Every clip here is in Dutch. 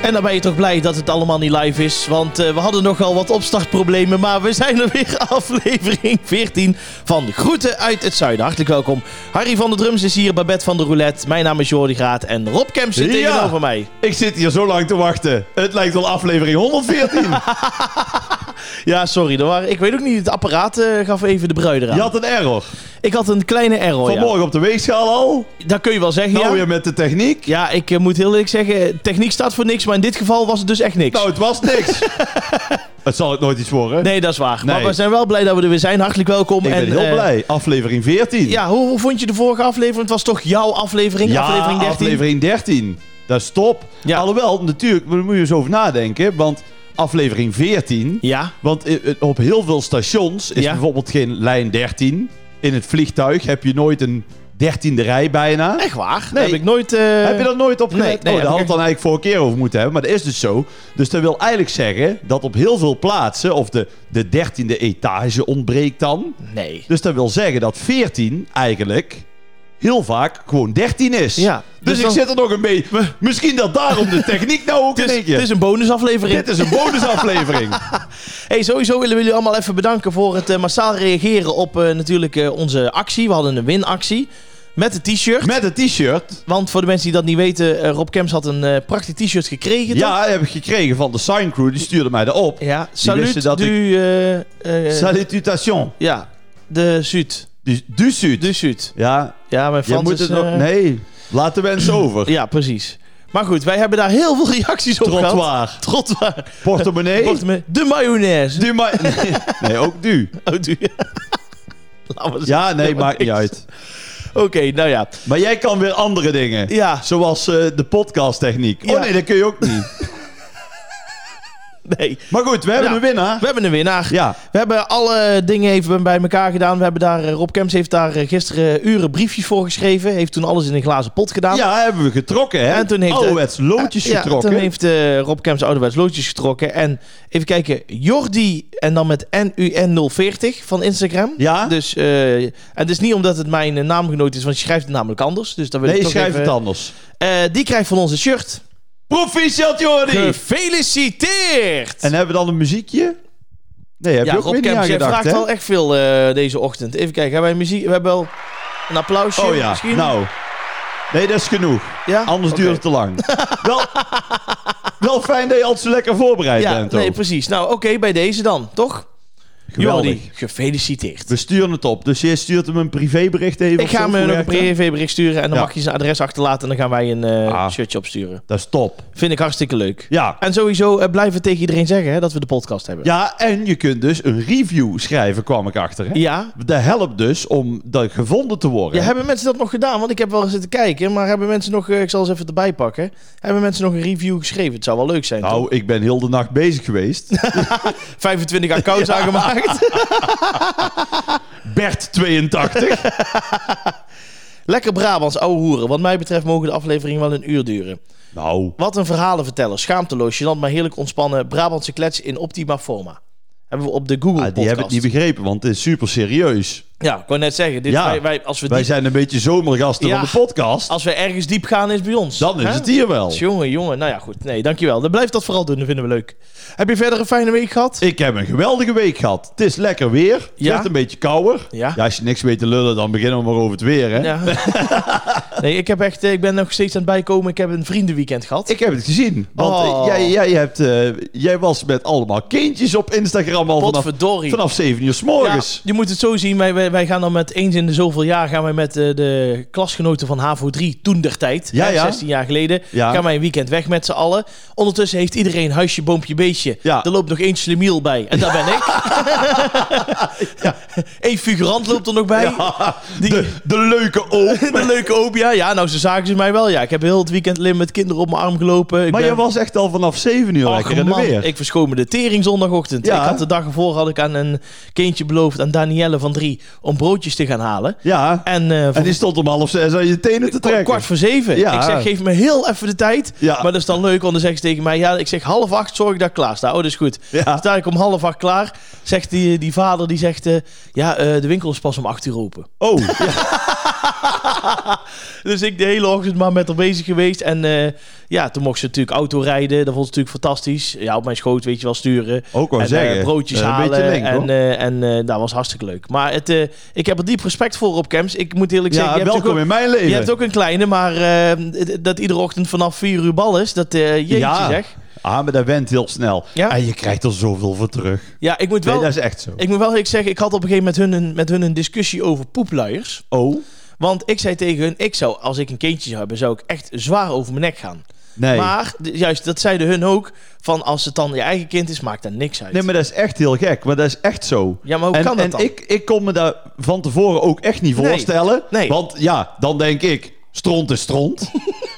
En dan ben je toch blij dat het allemaal niet live is. Want we hadden nogal wat opstartproblemen. Maar we zijn er weer, aflevering 14 van Groeten uit het Zuiden. Hartelijk welkom. Harry van de Drums is hier, Babette van de Roulette. Mijn naam is Jordi Graat en Rob Kemps zit tegenover mij. Ik zit hier zo lang te wachten. Het lijkt wel aflevering 114. Ja, sorry. Ik weet ook niet, het apparaat gaf even de brui eraan. Je had een error. Ik had een kleine error, Vanmorgen op de weegschaal al. Dat kun je wel zeggen, Nou weer met de techniek. Ja, ik moet heel eerlijk zeggen, techniek staat voor niks, maar in dit geval was het dus echt niks. Nou, het was niks. Het zal ook nooit iets worden. Nee, dat is waar. Nee. Maar we zijn wel blij dat we er weer zijn. Hartelijk welkom. Ik ben heel blij. Aflevering 14. Ja, hoe vond je de vorige aflevering? Het was toch jouw aflevering? Ja, aflevering 13? aflevering 13. Dat is top. Ja. Alhoewel, natuurlijk, daar moet je eens over nadenken. Want aflevering 14... Ja. Want op heel veel stations is bijvoorbeeld geen lijn 13. In het vliegtuig heb je nooit een 13e rij bijna. Echt waar? Nee. Dat heb ik nooit... Heb je dat nooit opgelet? Nee, Daar had het dan eigenlijk vorige keer over moeten hebben. Maar dat is dus zo. Dus dat wil eigenlijk zeggen dat op heel veel plaatsen... of de 13e etage ontbreekt dan. Nee. Dus dat wil zeggen dat 14 eigenlijk heel vaak gewoon 13 is. Ja. Dus ik zit er nog een beetje... Misschien dat daarom de techniek nou ook in één keer... Het is een bonusaflevering. Dit is een bonusaflevering. Hey, sowieso willen we jullie allemaal even bedanken voor het massaal reageren op natuurlijk onze actie. We hadden een winactie. Met een t-shirt. Met een t-shirt. Want voor de mensen die dat niet weten, Rob Kemps had een prachtig t-shirt gekregen. Ja, dat heb ik gekregen van de Sign Crew. Die stuurde mij erop. Ja, wisten dat Salutation. Ja, de Zuid. Du Sud. De Zuid. Ja. Ja, mijn Frans moet is... het nog... Nee, laat de mensen over. Ja, precies. Maar goed, wij hebben daar heel veel reacties op gehad. Trottoir. Portemonnee. De mayonaise. Nee, ook du. Oh, du. Ja, nee, maakt niet uit. Oké, nou ja. Maar jij kan weer andere dingen. Ja. Zoals de podcasttechniek. Ja. Oh nee, dat kun je ook niet. Nee. Maar goed, we hebben een winnaar. We hebben een winnaar. Ja. We hebben alle dingen even bij elkaar gedaan. We hebben daar, Rob Kemps heeft daar gisteren uren briefjes voor geschreven. Heeft toen alles in een glazen pot gedaan. Ja, hebben we getrokken, hè? En toen heeft ouderwets loodjes getrokken. Toen heeft Rob Kemps ouderwets loodjes getrokken. En even kijken, Jordi en dan met NUN040 van Instagram. Ja. Dus, en het is niet omdat het mijn naamgenoot is, want je schrijft het namelijk anders. Dus dan wil ik toch schrijf even, het anders. Die krijgt van ons een shirt. Proficiat, Jordi! Gefeliciteerd! En hebben we dan een muziekje? Nee, heb je ook Rob weer niet Kemps, aan jij gedacht, vraagt hè? wel echt veel deze ochtend. Even kijken, hebben wij muziek? We hebben wel een applausje Oh ja, misschien? nou. Nee, dat is genoeg. Ja? Anders Oké. duurt het te lang. wel fijn dat je altijd zo lekker voorbereid bent. Nee, ook. precies. Nou, oké, bij deze dan, toch? Geweldig. Jordi, gefeliciteerd. We sturen het op. Dus jij stuurt hem een privébericht even. Ik ga hem nog een privébericht sturen en dan Ja. mag je zijn adres achterlaten en dan gaan wij een shirtje opsturen. Dat is top. Vind ik hartstikke leuk. Ja. En sowieso blijven tegen iedereen zeggen hè, dat we de podcast hebben. Ja, en je kunt dus een review schrijven, kwam ik achter. Hè? Ja. Dat helpt dus om dat gevonden te worden. Ja, hebben mensen dat nog gedaan? Want ik heb wel zitten kijken, maar hebben mensen nog, ik zal eens even erbij pakken. Hebben mensen nog een review geschreven? Het zou wel leuk zijn, Nou, toch? ik ben heel de nacht bezig geweest. 25 accounts aangemaakt. Bert 82. Lekker Brabants, ouwe hoeren. Wat mij betreft mogen de afleveringen wel een uur duren. Nou, Wat een verhalenverteller. Schaamteloos, gênant, maar heerlijk ontspannen. Brabantse klets in optima forma. Hebben we op de Google podcast. die hebben het niet begrepen, want het is super serieus. Ja, ik wou net zeggen. Dit, Ja, wij zijn een beetje zomergasten Ja. van de podcast. Als we ergens diep gaan, is het bij ons. Dan is Hè? het hier wel. Jongen. Nou ja, goed. Nee, dankjewel. Dan blijft dat vooral doen. Dat vinden we leuk. Heb je verder een fijne week gehad? Ik heb een geweldige week gehad. Het is lekker weer. Het Ja? werd een beetje kouder. Ja. Als je niks weet te lullen, dan beginnen we maar over het weer. Hè? Ja. Nee, ik ben nog steeds aan het bijkomen. Ik heb een vriendenweekend gehad. Ik heb het gezien. Want jij was met allemaal kindjes op Instagram al vanaf 7 uur 's morgens. Ja, je moet het zo zien. Wij gaan dan met eens in de zoveel jaar gaan wij met de klasgenoten van HAVO 3 toen der tijd, Ja. 16 jaar geleden, gaan wij een weekend weg met z'n allen. Ondertussen heeft iedereen huisje, boompje, beestje. Ja. Er loopt nog één slimiel bij en dat ben ik. Eén figurant loopt er nog bij. Ja, de leuke oom. De leuke oom, ja. Ja, nou, ze zagen ze mij wel. Ja, ik heb heel het weekend alleen met kinderen op mijn arm gelopen. Maar je was echt al vanaf 7 uur lekker in de weer. Ik verschoon me de tering zondagochtend. Ja. Ik had de dag ervoor had ik aan een kindje beloofd, aan Danielle van 3, om broodjes te gaan halen. Ja, En die stond om 6:30 aan je tenen te trekken. 7:15. Ja. Ik zeg, geef me heel even de tijd. Ja. Maar dat is dan leuk, want dan zeggen ze tegen mij, ja, ik zeg 7:30 zorg dat ik klaar sta. Oh, dat is goed. Ja. Dan sta ik om 7:30 klaar. Zegt die vader, die zegt, de winkel is pas om 8 uur open. Oh, ja. Dus ik de hele ochtend maar met haar bezig geweest. En toen mocht ze natuurlijk autorijden. Dat vond ze natuurlijk fantastisch. Ja, op mijn schoot weet je wel sturen. Ook wel en zeggen. broodjes Een halen. beetje link, Dat was hartstikke leuk. Maar ik heb er diep respect voor op Camps. Ik moet eerlijk zeggen... Ja, welkom in mijn leven. Je hebt ook een kleine, maar dat iedere ochtend vanaf 4 uur bal is. Dat jeetje zeg. Ah, maar dat went heel snel. Ja? En je krijgt er zoveel voor terug. Ja, ik moet wel... Nee, dat is echt zo. Ik moet wel eerlijk zeggen, ik had op een gegeven moment met hun een discussie over poepluiers. Oh? Want ik zei tegen hun, als ik een kindje zou hebben, zou ik echt zwaar over mijn nek gaan. Nee. Maar, juist, dat zeiden hun ook, van als het dan je eigen kind is, maakt dat niks uit. Nee, maar dat is echt heel gek. Maar dat is echt zo. Ja, maar hoe kan dat dan? En ik kon me dat van tevoren ook echt niet voorstellen. Nee. Want ja, dan denk ik, stront is stront.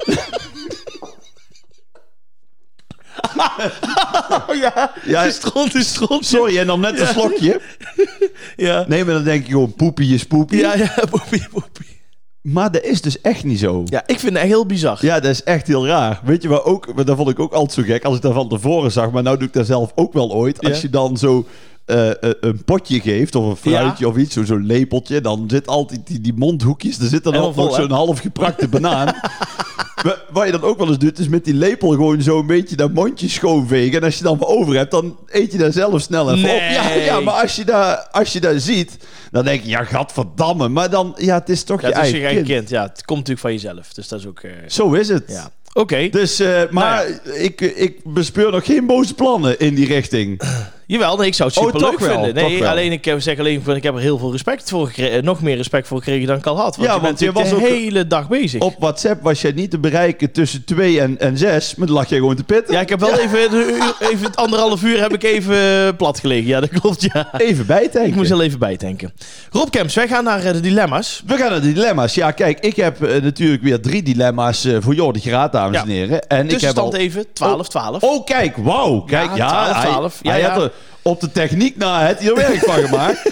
Ja, stront is stront. Sorry, en dan net een slokje. Ja. Nee, maar dan denk je gewoon, poepie is poepie. Ja, poepie. Maar dat is dus echt niet zo. Ja, ik vind het echt heel bizar. Ja, dat is echt heel raar. Weet je wat ook, maar dat vond ik ook altijd zo gek. Als ik dat van tevoren zag, maar nou doe ik dat zelf ook wel ooit. Als je dan zo een potje geeft, of een fruitje of iets, zo'n lepeltje, dan zit altijd die mondhoekjes, er zit dan ook nog zo'n half geprakte banaan. Wat je dan ook wel eens doet, is met die lepel gewoon zo een beetje dat mondje schoonvegen. En als je dan wat over hebt, dan eet je daar zelf snel even op. Ja, maar als je dat ziet, dan denk je, ja, gadverdamme. Maar dan, ja, het is toch je eigen kind. Het is je eigen kind. Ja, het komt natuurlijk van jezelf. Dus dat is ook... Zo is het. Ja. Oké. Dus, maar ik bespeur nog geen boze plannen in die richting. Jawel, nee, ik zou het superleuk vinden. Nee, alleen ik zeg ik heb er heel veel respect voor gekregen. Nog meer respect voor gekregen dan ik al had. Want je was de hele dag bezig. Op WhatsApp was jij niet te bereiken tussen 2 en 6. Maar dan lag jij gewoon te pitten. Ja, ik heb wel even het 1,5 uur heb ik even plat gelegen. Ja, dat klopt, ja. Even bijtanken. Ik moest wel even bijtanken. Rob Kemps, wij gaan naar de dilemma's. We gaan naar de dilemma's. Ja, kijk, ik heb natuurlijk weer 3 dilemma's voor Jordi Graat, dames en heren. En tussenstand ik heb even, 12-12. Oh, kijk, wauw. Kijk, 12-12. Hij had er op de techniek na het hier werk van gemaakt.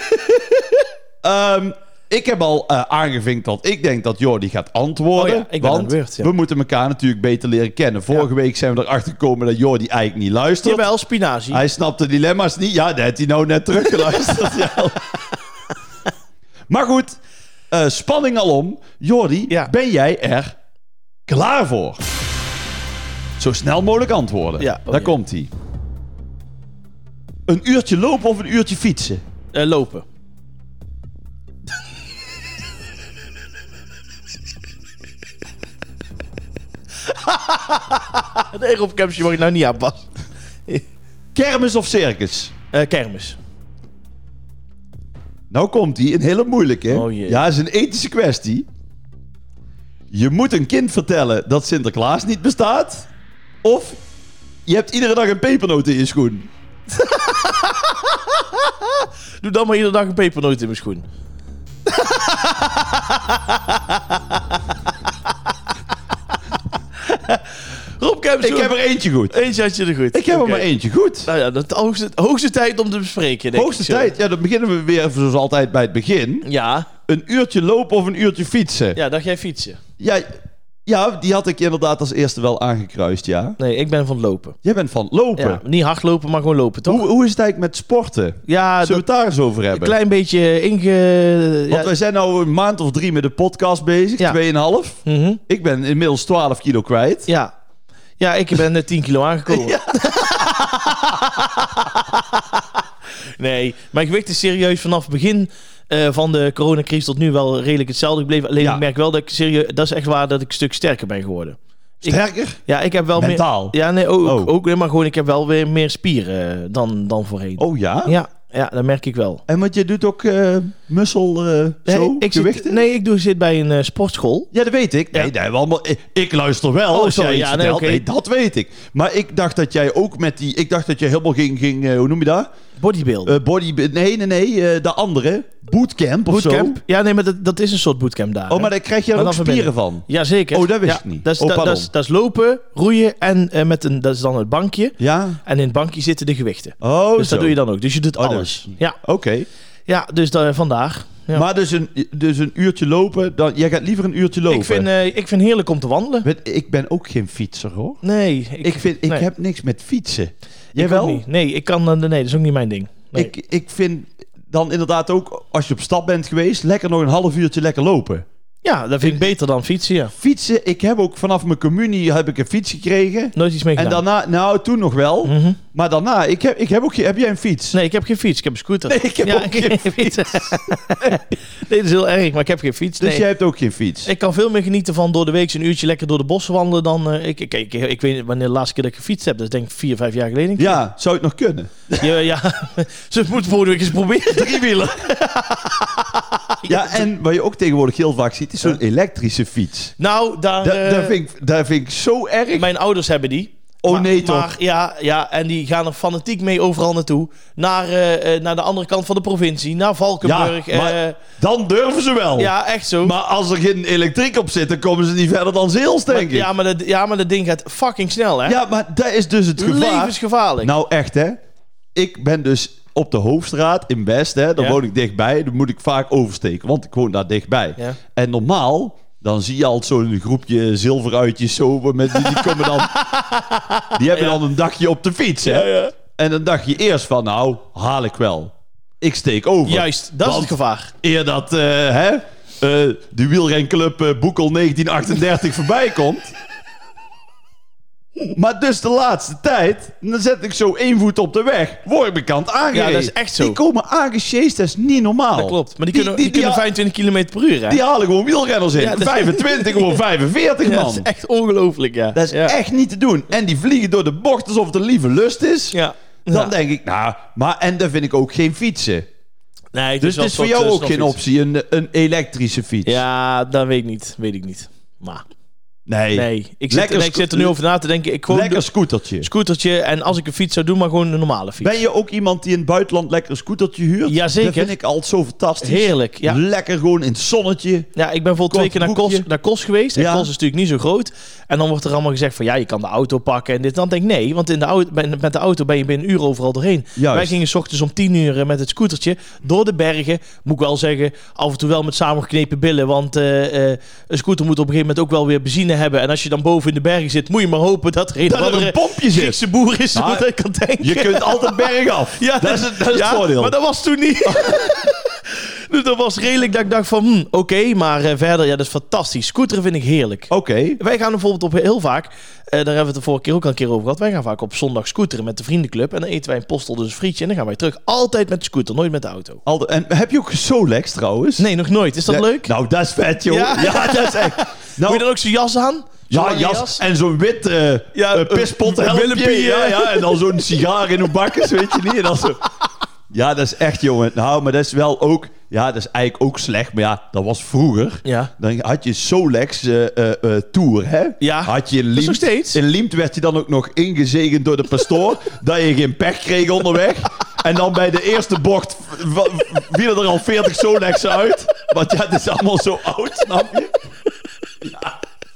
Ik heb al aangevinkt dat ik denk dat Jordi gaat antwoorden. Oh ja, ik ben aan de beurt, ja. We moeten elkaar natuurlijk beter leren kennen. Vorige week zijn we erachter gekomen dat Jordi eigenlijk niet luistert. Jawel, spinazie. Hij snapt de dilemma's niet. Ja, dat heeft hij nou net teruggeluisterd. Ja. Maar goed, spanning alom. Jordi, ben jij er klaar voor? Zo snel mogelijk antwoorden. Ja, Daar komt hij. Een uurtje lopen of een uurtje fietsen? Lopen. Nee, Rob Kemps, je mag je nou niet aanpassen. Kermis of circus? Kermis. Nou komt hij, een hele moeilijke. Oh jee. Ja, het is een ethische kwestie. Je moet een kind vertellen dat Sinterklaas niet bestaat. Of je hebt iedere dag een pepernoot in je schoen. Doe dan maar iedere dag een pepernoot in mijn schoen. Rob Kemps, ik heb er eentje goed. Eentje had je er goed. Ik heb er maar eentje goed. Nou ja, dat hoogste tijd om te bespreken. Hoogste tijd? Ja, dan beginnen we weer zoals altijd bij het begin. Ja. Een uurtje lopen of een uurtje fietsen? Ja, dacht jij fietsen? Ja, die had ik inderdaad als eerste wel aangekruist, ja. Nee, ik ben van het lopen. Jij bent van lopen? Ja, niet hard lopen, maar gewoon lopen, toch? Hoe is het eigenlijk met sporten? Ja, zullen we het daar eens over hebben? Een klein beetje Want wij zijn nou een maand of 3 met de podcast bezig, 2,5. Mm-hmm. Ik ben inmiddels 12 kilo kwijt. Ja, ik ben net 10 kilo aangekomen. Ja. Nee, mijn gewicht is serieus vanaf het begin van de coronacrisis tot nu wel redelijk hetzelfde gebleven. Alleen ik merk wel dat dat is echt waar dat ik een stuk sterker ben geworden. Sterker? Ik heb wel mentaal? Meer... Ja, nee, ook, maar gewoon ik heb wel weer meer spieren dan voorheen. Oh ja? Ja, dat merk ik wel. En want je doet ook gewichten? Ik zit bij een sportschool. Ja, dat weet ik. Ja. Nee, allemaal, ik luister wel als jij iets vertelt. Nee, dat weet ik. Maar ik dacht dat jij ook met die... Ik dacht dat jij helemaal ging hoe noem je dat? Bodybuilden. Nee, de andere. Bootcamp of zo. Ja, nee, maar dat is een soort bootcamp daar. Oh, maar daar krijg je ook spieren van? Jazeker. Oh, dat wist ik niet. Dat is lopen, roeien en dat is dan het bankje. Ja. En in het bankje zitten de gewichten. Oh, dus dat doe je dan ook. Dus je doet alles. Ja. Oké. Ja, dus vandaag. Ja. Maar dus een uurtje lopen, jij gaat liever een uurtje lopen? Ik vind heerlijk om te wandelen. Ik ben ook geen fietser, hoor. Nee. Ik heb niks met fietsen. Jij wel? Niet. Nee, dat is ook niet mijn ding. Nee. Ik vind dan inderdaad ook, als je op stap bent geweest, lekker nog een half uurtje lekker lopen. Ja, dat vind ik beter dan fietsen, ja. Fietsen, ik heb ook vanaf mijn communie heb ik een fiets gekregen. Nooit iets mee gedaan. En daarna, nou toen nog wel. Mhm. Maar daarna, ik heb ook heb jij een fiets? Nee, ik heb geen fiets. Ik heb een scooter. Nee, ik heb ook geen fiets. Nee, dat is heel erg, maar ik heb geen fiets. Dus nee. jij hebt ook geen fiets? Ik kan veel meer genieten van door de week een uurtje lekker door de bossen wandelen dan... Ik weet niet wanneer de laatste keer dat ik gefietst heb. Dat is denk ik 4-5 jaar geleden. Ja, zou het nog kunnen? Ja, ze moeten volgende week eens proberen. Driewieler. Ja, en wat je ook tegenwoordig heel vaak ziet, is zo'n elektrische fiets. Nou, Daar vind ik zo erg. Mijn ouders hebben die. Oh nee, toch? Maar ja, en die gaan er fanatiek mee overal naartoe. Naar de andere kant van de provincie. Naar Valkenburg. Ja, maar dan durven ze wel. Ja, echt zo. Maar als er geen elektriek op zit, dan komen ze niet verder dan Zeels, denk ik. Maar dat ding gaat fucking snel, hè? Ja, maar dat is dus het gevaar. Levensgevaarlijk. Nou, echt, hè. Ik ben dus op de Hoofdstraat in Best, hè. Daar woon ik dichtbij. Dan moet ik vaak oversteken, want ik woon daar dichtbij. Ja. En normaal... Dan zie je al zo'n groepje zilveruitjes zo. Die komen dan... Die hebben dan een dagje op de fiets, hè? Ja. En dan dacht je eerst van, nou, haal ik wel. Ik steek over. Juist, dat is het gevaar. Eer dat de wielrenclub Boekel 1938 voorbij komt. Maar dus de laatste tijd, dan zet ik zo 1 voet op de weg. Word ik bekant aangereden. Ja, dat is echt zo. Die komen aangesjeest, dat is niet normaal. Dat klopt. Maar die kunnen 25 km per uur, hè? Die halen gewoon wielrenners in. Ja, 25, gewoon 45, man. Ja, dat is echt ongelooflijk, ja. Dat is echt niet te doen. En die vliegen door de bocht alsof het een lieve lust is. Ja. Dan denk ik, nou, en dan vind ik ook geen fietsen. Nee, Dus het is voor jou ook geen optie, een elektrische fiets. Ja, dat weet ik niet. Maar... Nee. Ik zit er nu over na te denken. Lekker scootertje. En als ik een fiets zou doen, maar gewoon een normale fiets. Ben je ook iemand die in het buitenland lekker een scootertje huurt? Jazeker. Dat vind ik altijd zo fantastisch. Heerlijk, ja. Lekker gewoon in het zonnetje. Ja, ik ben bijvoorbeeld 2 keer naar Kos geweest. En Ja. Kos is natuurlijk niet zo groot. En dan wordt er allemaal gezegd van, ja, je kan de auto pakken en dit. Dan denk ik, nee, want met de auto ben je binnen een uur overal doorheen. Juist. Wij gingen 's ochtends om 10 uur met het scootertje door de bergen. Moet ik wel zeggen, af en toe wel met samengeknepen billen. Want een scooter moet op een gegeven moment ook wel weer benzine hebben. En als je dan boven in de bergen zit, moet je maar hopen dat er een pompje zit. Griekse boer is, Nou, wat ik kan denken. Je kunt altijd bergaf. Ja, dat is het voordeel. Maar dat was toen niet. Dus dat was redelijk dat ik dacht van, oké, maar verder, ja, dat is fantastisch. Scooteren vind ik heerlijk. Oké. Wij gaan bijvoorbeeld op heel vaak, daar hebben we het de vorige keer ook al een keer over gehad. Wij gaan vaak op zondag scooteren met de vriendenclub. En dan eten wij in Postel dus een frietje. En dan gaan wij terug. Altijd met de scooter, nooit met de auto. En heb je ook Solex trouwens? Nee, nog nooit. Is dat leuk? Nou, dat is vet, joh. Ja, dat is echt... Nou, moet je dan ook zo'n jas aan? Ja, jas en zo'n wit pispot Willempie, ja, en dan zo'n sigaar in een bakkes, weet je niet? En dan zo... Ja, dat is echt, jongen. Nou, maar dat is wel ook... Ja, dat is eigenlijk ook slecht. Maar ja, dat was vroeger. Ja. Dan had je Solex Tour, hè? Ja, had je dat is nog steeds. In Liemt werd je dan ook nog ingezegend door de pastoor... dat je geen pech kreeg onderweg. En dan bij de eerste bocht vielen er al 40 Solexen uit. Want ja, het is allemaal zo oud, snap je? Ja.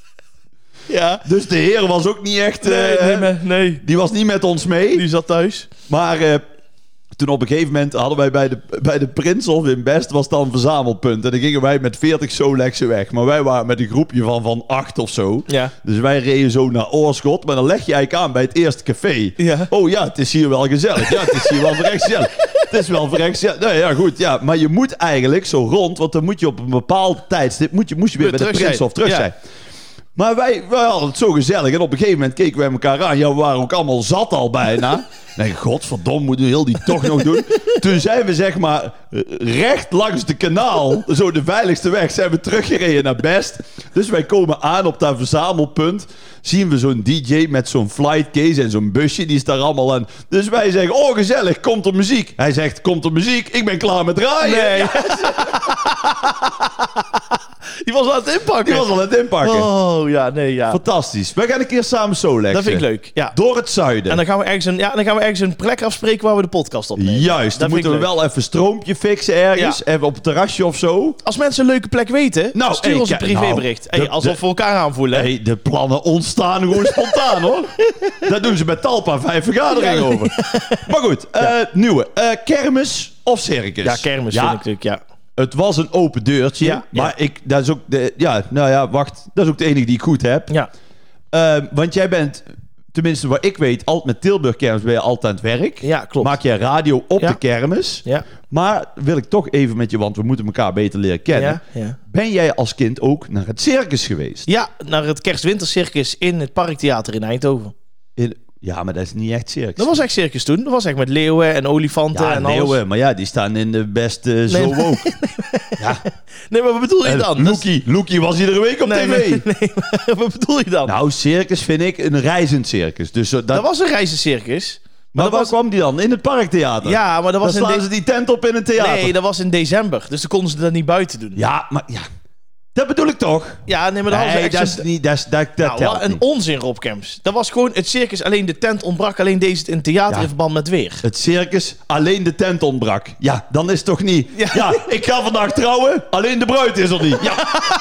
Ja. Dus de heer was ook niet echt... Nee. Die was niet met ons mee. Die zat thuis. Maar toen op een gegeven moment hadden wij bij de Prinshof in Best... was dan een verzamelpunt. En dan gingen wij met 40 Solexen weg. Maar wij waren met een groepje van 8 of zo. Ja. Dus wij reden zo naar Oorschot. Maar dan leg je eigenlijk aan bij het eerste café. Ja. Oh ja, het is hier wel gezellig. Ja, het is hier wel verrekt gezellig. Het is wel verrekt gezellig. Nou ja, goed. Ja. Maar je moet eigenlijk zo rond... Want dan moet je op een bepaald tijdstip... moest je weer bij de Prinshof terug zijn. Maar wij hadden het zo gezellig. En op een gegeven moment keken wij elkaar aan. Ja, we waren ook allemaal zat al bijna. Nee, godverdomme, moeten we heel die toch nog doen. Toen zijn we zeg maar recht langs de kanaal, zo de veiligste weg, zijn we teruggereden naar Best. Dus wij komen aan op dat verzamelpunt. Zien we zo'n DJ met zo'n flightcase en zo'n busje. Die is daar allemaal aan. Dus wij zeggen, oh gezellig, komt er muziek? Hij zegt, komt er muziek? Ik ben klaar met draaien. Nee. Ja. Die was aan het inpakken. Oh ja, nee, ja. Fantastisch. Wij gaan een keer samen Solexen. Dat vind ik leuk, ja. Door het zuiden. En dan gaan we ergens een plek afspreken waar we de podcast opnemen. Juist, dan moeten we wel even een stroompje fixen ergens. Ja. Even op het terrasje of zo. Als mensen een leuke plek weten, stuur ons een privébericht. Alsof we elkaar aanvoelen. De plannen ontstaan gewoon spontaan, hoor. Daar doen ze bij Talpa 5 vergaderingen over. Maar goed, nieuwe. Kermis of circus? Ja, kermis vind ik natuurlijk, ja. Het was een open deurtje. Maar dat is ook dat is ook de enige die ik goed heb. Ja. Want jij bent tenminste wat ik weet, altijd met Tilburg Kermis ben je altijd aan het werk. Ja, klopt. Maak je radio op de kermis. Ja. Maar wil ik toch even met je, want we moeten elkaar beter leren kennen. Ja. Ben jij als kind ook naar het circus geweest? Ja, naar het Kerstwintercircus in het Parktheater in Eindhoven. Ja, maar dat is niet echt circus. Dat was echt circus toen. Dat was echt met leeuwen en olifanten en alles. Leeuwen, maar ja, die staan in de beste zo ook. Ja. Nee, maar wat bedoel je dan? Loekie was iedere week op tv. Nee, maar wat bedoel je dan? Nou, circus vind ik een reizend circus. Dus dat was een reizencircus. Maar waar kwam die dan? In het Parktheater? Ja, maar dat was dan slaan ze die tent op in een theater. Nee, dat was in december. Dus dan konden ze dat niet buiten doen. Ja, maar ja. Dat bedoel ik toch? Ja, nee, maar dat was echt dat is niet... Dat nou, telt een niet. onzin, Rob Kemps. Dat was gewoon het circus. Alleen de tent ontbrak. Alleen deze in het theater in verband met weer. Het circus, alleen de tent ontbrak. Ja, dan is het toch niet... Ja, ik ga vandaag trouwen, alleen de bruid is er niet. Ja.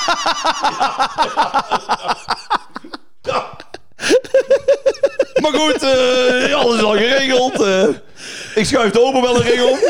Maar goed, alles is al geregeld. Ik schuif de open wel een ring om.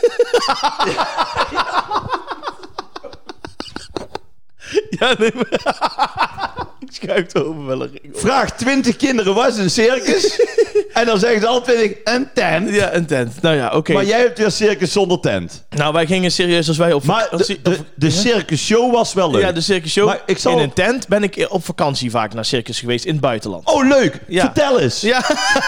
Ja, nee, ik schuif het over wel een ring op. Vraag 20 kinderen, wat is een circus? En dan zeggen ze altijd een tent. Ja, een tent. Nou ja, oké. Maar jij hebt weer circus zonder tent. Nou, wij gingen serieus als wij op Maar de circus show was wel leuk. Ja, de circus show. Maar ik zal... In een tent ben ik op vakantie vaak naar circus geweest in het buitenland. Oh, leuk. Ja. Vertel eens. Ja.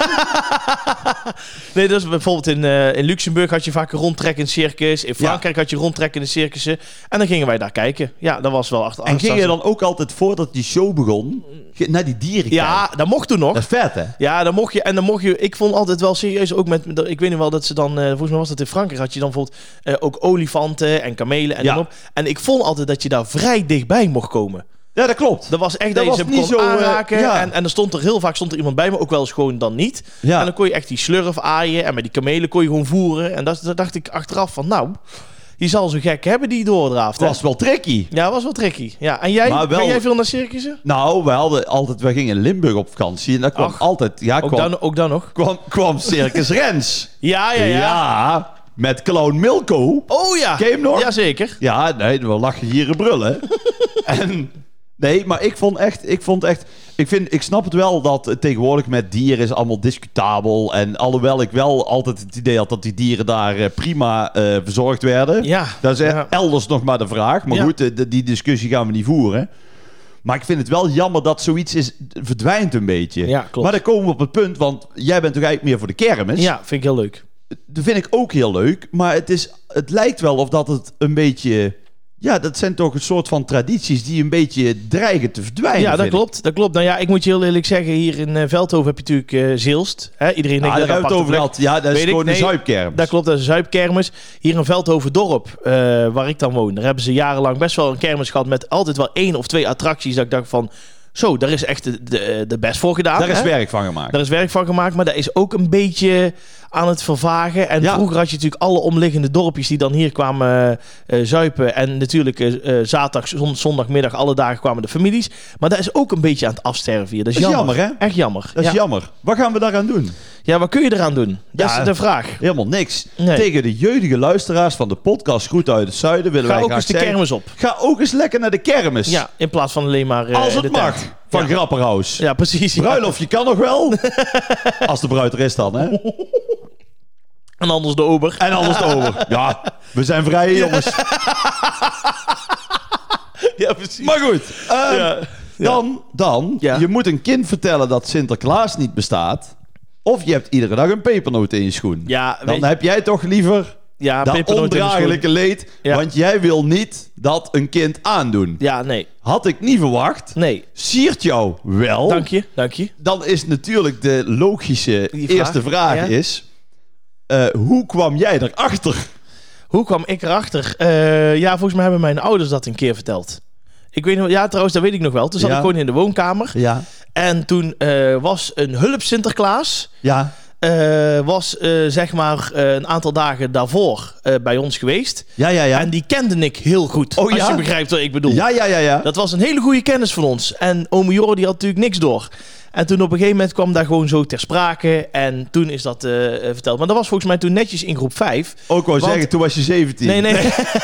Nee, dus bijvoorbeeld in Luxemburg had je vaak een rondtrekkend circus. In Frankrijk had je rondtrekkende circussen. En dan gingen wij daar kijken. Ja, dat was wel achter. En ging je dan ook altijd voordat die show begon naar die dieren kijken? Ja, dat mocht toen nog. Dat is vet, hè? Ja, dan mocht je. En dan mocht je. Ik vond altijd wel serieus ook met. Ik weet nog wel dat ze dan. Volgens mij was dat in Frankrijk. Had je dan bijvoorbeeld ook olifanten en kamelen en dan op. En ik vond altijd dat je daar vrij dichtbij mocht komen. Ja, dat klopt. Dat was echt dat je ze kon aanraken. En er stond er heel vaak iemand bij me, ook wel eens gewoon dan niet. Ja. En dan kon je echt die slurf aaien. En met die kamelen kon je gewoon voeren. En dat dacht ik achteraf van, nou, die zal zo gek hebben die doordraaft. Dat was wel tricky. Ja, dat was wel tricky. Ja. En jij, ga jij veel naar circussen? Nou, we gingen in Limburg op vakantie. En daar kwam altijd... Ja, ook dan nog? Kwam Circus Rens. Ja. Met clown Milko. Oh ja. Ken je hem nog? Jazeker. Ja, nee, we lachen hier en brullen. En... Nee, maar ik snap het wel dat tegenwoordig met dieren is allemaal discutabel. En alhoewel ik wel altijd het idee had dat die dieren daar prima verzorgd werden. Ja. Dat is elders nog maar de vraag. Maar goed, die discussie gaan we niet voeren. Maar ik vind het wel jammer dat zoiets verdwijnt een beetje. Ja, klopt. Maar dan komen we op het punt, want jij bent toch eigenlijk meer voor de kermis? Ja, vind ik heel leuk. Dat vind ik ook heel leuk. Maar het lijkt wel of dat het een beetje... Ja, dat zijn toch een soort van tradities die een beetje dreigen te verdwijnen. Ja, dat klopt. Nou ja, ik moet je heel eerlijk zeggen, hier in Veldhoven heb je natuurlijk Zeelst. Hè? Iedereen denkt daar hebben we het over gehad. Ja, dat is gewoon een zuipkermis. Dat klopt, dat is een zuipkermis. Hier in Veldhoven Dorp, waar ik dan woon, daar hebben ze jarenlang best wel een kermis gehad met altijd wel 1 of 2 attracties. Dat ik dacht van, zo, daar is echt de best voor gedaan. Daar is werk van gemaakt. Daar is werk van gemaakt, maar dat is ook een beetje aan het vervagen. En vroeger had je natuurlijk alle omliggende dorpjes die dan hier kwamen zuipen. En natuurlijk zaterdag, zondagmiddag, alle dagen kwamen de families. Maar dat is ook een beetje aan het afsterven hier. Dat is jammer, hè? Echt jammer. Dat is jammer. Wat gaan we daaraan doen? Ja, wat kun je eraan doen? Dat is de vraag. Helemaal niks. Nee. Tegen de jeugdige luisteraars van de podcast Groeten uit het Zuiden willen wij graag zeggen... Ga ook eens de kermis op. Ga ook eens lekker naar de kermis. Ja, in plaats van alleen maar als het de mag. tent. Van Grapperhaus. Ja, precies. Bruiloftje kan nog wel. Als de bruid er is dan, hè? En anders de ober. Ja, we zijn vrije jongens. Ja, precies. Maar goed. Dan je moet een kind vertellen dat Sinterklaas niet bestaat. Of je hebt iedere dag een pepernoot in je schoen. Ja, dan heb jij toch liever dat ondraaglijke leed. Ja. Want jij wil niet dat een kind aandoen. Ja, nee. Had ik niet verwacht. Nee. Siert jou wel. Dank je. Dan is natuurlijk de logische eerste vraag is... hoe kwam jij erachter? Hoe kwam ik erachter? Volgens mij hebben mijn ouders dat een keer verteld. Ik weet nog, trouwens, dat weet ik nog wel. Toen zat ik gewoon in de woonkamer. Ja. En toen was een hulp Sinterklaas. Ja. Was zeg maar een aantal dagen daarvoor bij ons geweest. Ja. En die kende ik heel goed. Als je begrijpt wat ik bedoel. Ja. Dat was een hele goede kennis van ons. En ome Jor die had natuurlijk niks door. En toen op een gegeven moment kwam daar gewoon zo ter sprake. En toen is dat verteld. Maar dat was volgens mij toen netjes in groep 5. Ook wel zeggen, toen was je 17. Nee.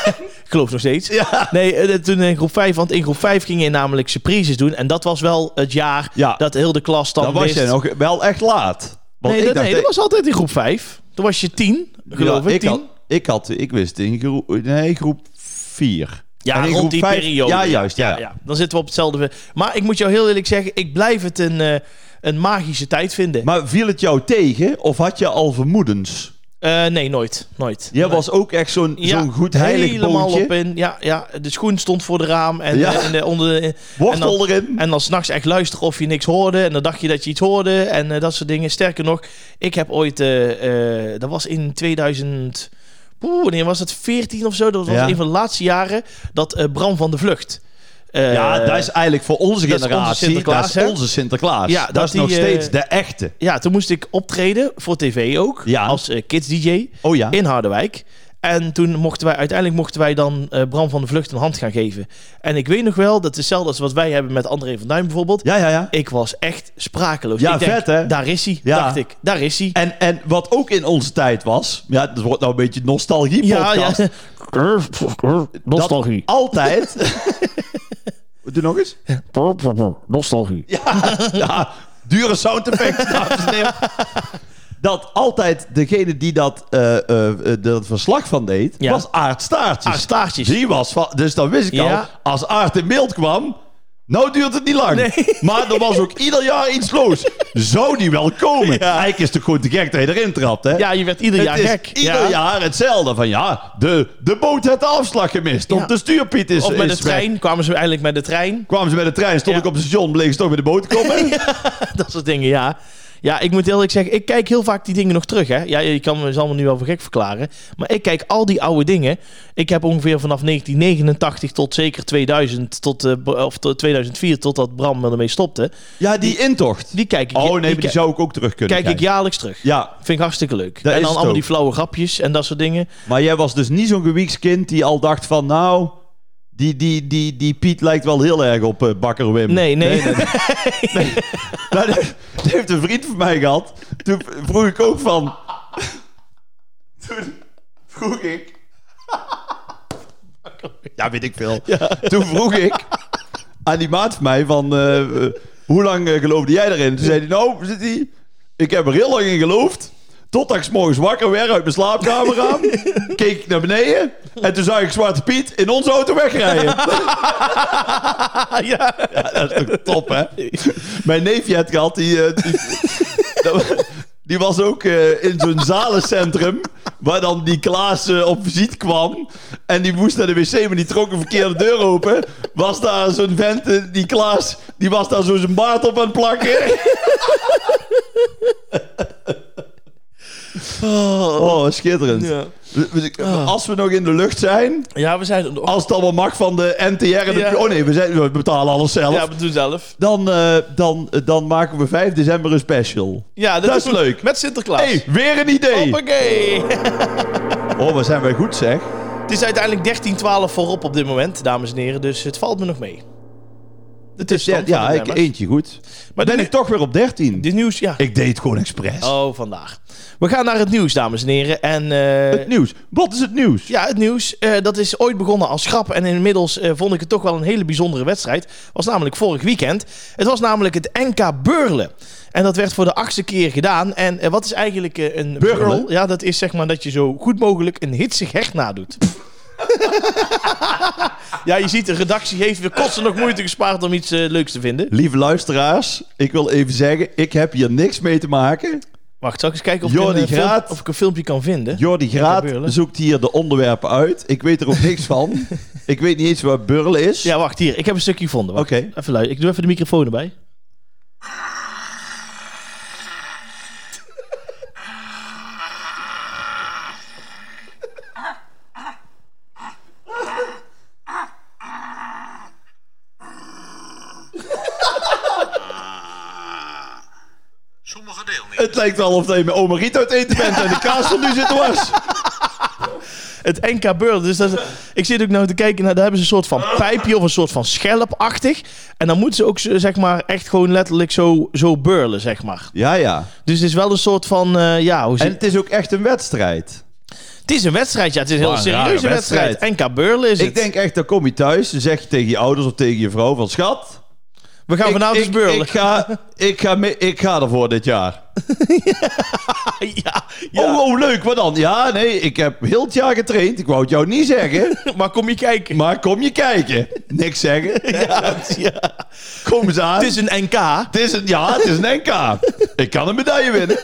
Ik geloof nog steeds. Ja. Nee, toen in groep 5. Want in groep 5 ging je namelijk surprises doen. En dat was wel het jaar dat heel de klas dan was je nog wel echt laat. Want dat was altijd in groep 5. Toen was je 10, geloof ik. 10. Ik wist in groep 4. Ja, rond die 5, periode. Ja, juist. Ja. Dan zitten we op hetzelfde. Maar ik moet jou heel eerlijk zeggen, ik blijf het een magische tijd vinden. Maar viel het jou tegen of had je al vermoedens? Nee, nooit. Jij was ook echt zo'n goed heilig helemaal bootje. Op in. Ja, de schoen stond voor de raam. En, wortel erin. En dan 's nachts echt luisteren of je niks hoorde. En dan dacht je dat je iets hoorde. En dat soort dingen. Sterker nog, ik heb ooit... dat was in 2000... wanneer was het? 14 of zo? Dat was een van de laatste jaren dat Bram van de Vlucht... dat is eigenlijk voor onze generatie, dat is onze Sinterklaas. Ja, dat is nog steeds de echte. Ja, toen moest ik optreden, voor tv ook, als kids-dj in Harderwijk. En toen mochten wij dan Bram van de Vlucht een hand gaan geven. En ik weet nog wel, dat is hetzelfde als wat wij hebben met André van Duin bijvoorbeeld. Ja. Ik was echt sprakeloos. Ja, ik denk, vet hè? Daar is hij, dacht ik. Daar is hij. En wat ook in onze tijd was, dat wordt nou een beetje nostalgie-podcast. Ja. Nostalgie. Dat altijd... Doe nog eens. Nostalgie. Ja, dure sound effects, dames en heren. Dat altijd degene die dat verslag van deed, was Aart Staartjes. Aart Staartjes. Die was dus dan wist ik al, als Aart in beeld kwam, nou duurt het niet lang. Nee. Maar er was ook ieder jaar iets los. Zou die wel komen? Ja. Eigenlijk is het toch gewoon te gek dat je erin trapt, hè? Ja, je werd ieder jaar gek. Ieder jaar hetzelfde. Van de boot heeft de afslag gemist. Of de stuurpiet is Of met de is trein. weg. Kwamen ze eigenlijk met de trein. Stond ik op het station, bleek ze toch met de boot te komen. Dat soort dingen, ja. Ja, ik moet heel eerlijk zeggen, ik kijk heel vaak die dingen nog terug. Hè? Ja, je kan me allemaal nu wel voor gek verklaren. Maar ik kijk al die oude dingen. Ik heb ongeveer vanaf 1989 tot zeker 2000, of 2004, totdat Bram ermee stopte. Ja, die intocht. Die kijk ik. Oh nee, maar die zou ik ook terug kunnen kijken. Kijk ik jaarlijks terug. Ja. Vind ik hartstikke leuk. En dan allemaal die flauwe grapjes en dat soort dingen. Maar jij was dus niet zo'n gewiekskind die al dacht van nou... Die Piet lijkt wel heel erg op Bakker Wim. Nee. Nou, dat heeft een vriend van mij gehad. Toen vroeg ik ook van... Toen vroeg ik... Ja, weet ik veel. Ja. Toen vroeg ik aan die maat van mij van... hoe lang geloofde jij erin? Toen zei hij, nou, zit hij... Ik heb er heel lang in geloofd. Totdat ik 's morgens wakker werd uit mijn slaapkamer aan. Keek ik naar beneden. En toen zag ik Zwarte Piet in onze auto wegrijden. Ja, dat is toch top, hè? Mijn neefje had gehad, die was ook in zo'n zalencentrum. Waar dan die Klaas op visite kwam. En die moest naar de wc, maar die trok een verkeerde deur open. Was daar zo'n vent, die Klaas, die was daar zo zijn baard op aan het plakken. Oh, schitterend. Ja. Als we nog in de lucht zijn... Ja, we zijn er nog. Als het allemaal mag van de NTR... Ja. Oh nee, we betalen alles zelf. Ja, we doen zelf. Dan maken we 5 december een special. Ja, dat is leuk. Met Sinterklaas. Hey, weer een idee. Hoppakee. Oh, wat zijn wij goed, zeg. Het is uiteindelijk 13-12 voorop op dit moment, dames en heren. Dus het valt me nog mee. Ik eentje goed. Maar ben ik toch weer op 13. Dit nieuws, ja. Ik deed het gewoon expres. Oh, vandaag. We gaan naar het nieuws, dames en heren. En, het nieuws? Wat is het nieuws? Ja, het nieuws. Dat is ooit begonnen als grap. En inmiddels vond ik het toch wel een hele bijzondere wedstrijd. Was namelijk vorig weekend. Het was namelijk het NK Beurlen. En dat werd voor de 8e keer gedaan. En wat is eigenlijk een Beurlen? Ja, dat is zeg maar dat je zo goed mogelijk een hitsig hecht nadoet. Ja, je ziet, de redactie heeft weer kosten nog moeite gespaard om iets leuks te vinden. Lieve luisteraars, ik wil even zeggen, ik heb hier niks mee te maken. Wacht, zal ik eens kijken of ik een filmpje kan vinden? Jordi Graat zoekt hier de onderwerpen uit. Ik weet er ook niks van. Ik weet niet eens wat beurlen is. Ja, wacht, hier. Ik heb een stukje gevonden. Oké. Even luisteren. Ik doe even de microfoon erbij. Het lijkt wel of je met oma Riet uit eten bent en de kaas van nu zit was. Het NK Beurlen. Dus dat is, ik zit ook nou te kijken naar, daar hebben ze een soort van pijpje of een soort van schelpachtig. En dan moeten ze ook zeg maar echt gewoon letterlijk zo beurlen, zeg maar. Ja. Dus het is wel een soort van, En het is ook echt een wedstrijd. Het is een wedstrijd, ja. Het is een heel Maar een serieuze rare wedstrijd. wedstrijd. NK Burlen is het. Ik denk echt, dan kom je thuis, dan zeg je tegen je ouders of tegen je vrouw van... Schat, We gaan vanavond eens burlen. ik ga ervoor dit jaar. ja. Oh, leuk, wat dan? Ja, nee, ik heb heel het jaar getraind. Ik wou het jou niet zeggen. Maar kom je kijken. Maar kom je kijken. Niks zeggen. Ja. Kom eens aan. Het is een NK. Het is een NK. Ik kan een medaille winnen.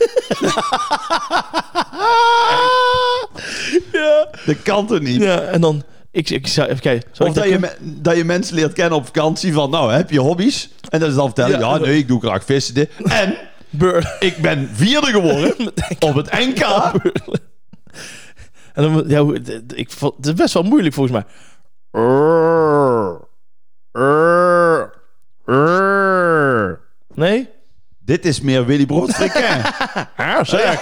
Ja. Dat kan toch niet? Ja, en dan... Ik zou even kijken. Zal Of ik dat je mensen leert kennen op vakantie van... Nou, heb je hobby's? En dat is dan vertellen... Ja, nee, ik doe graag vissen. En ik ben 4e geworden op het NK. En dan... Ja, het is best wel moeilijk volgens mij. Nee? Dit is meer Willy Brood Frikin. Zeg.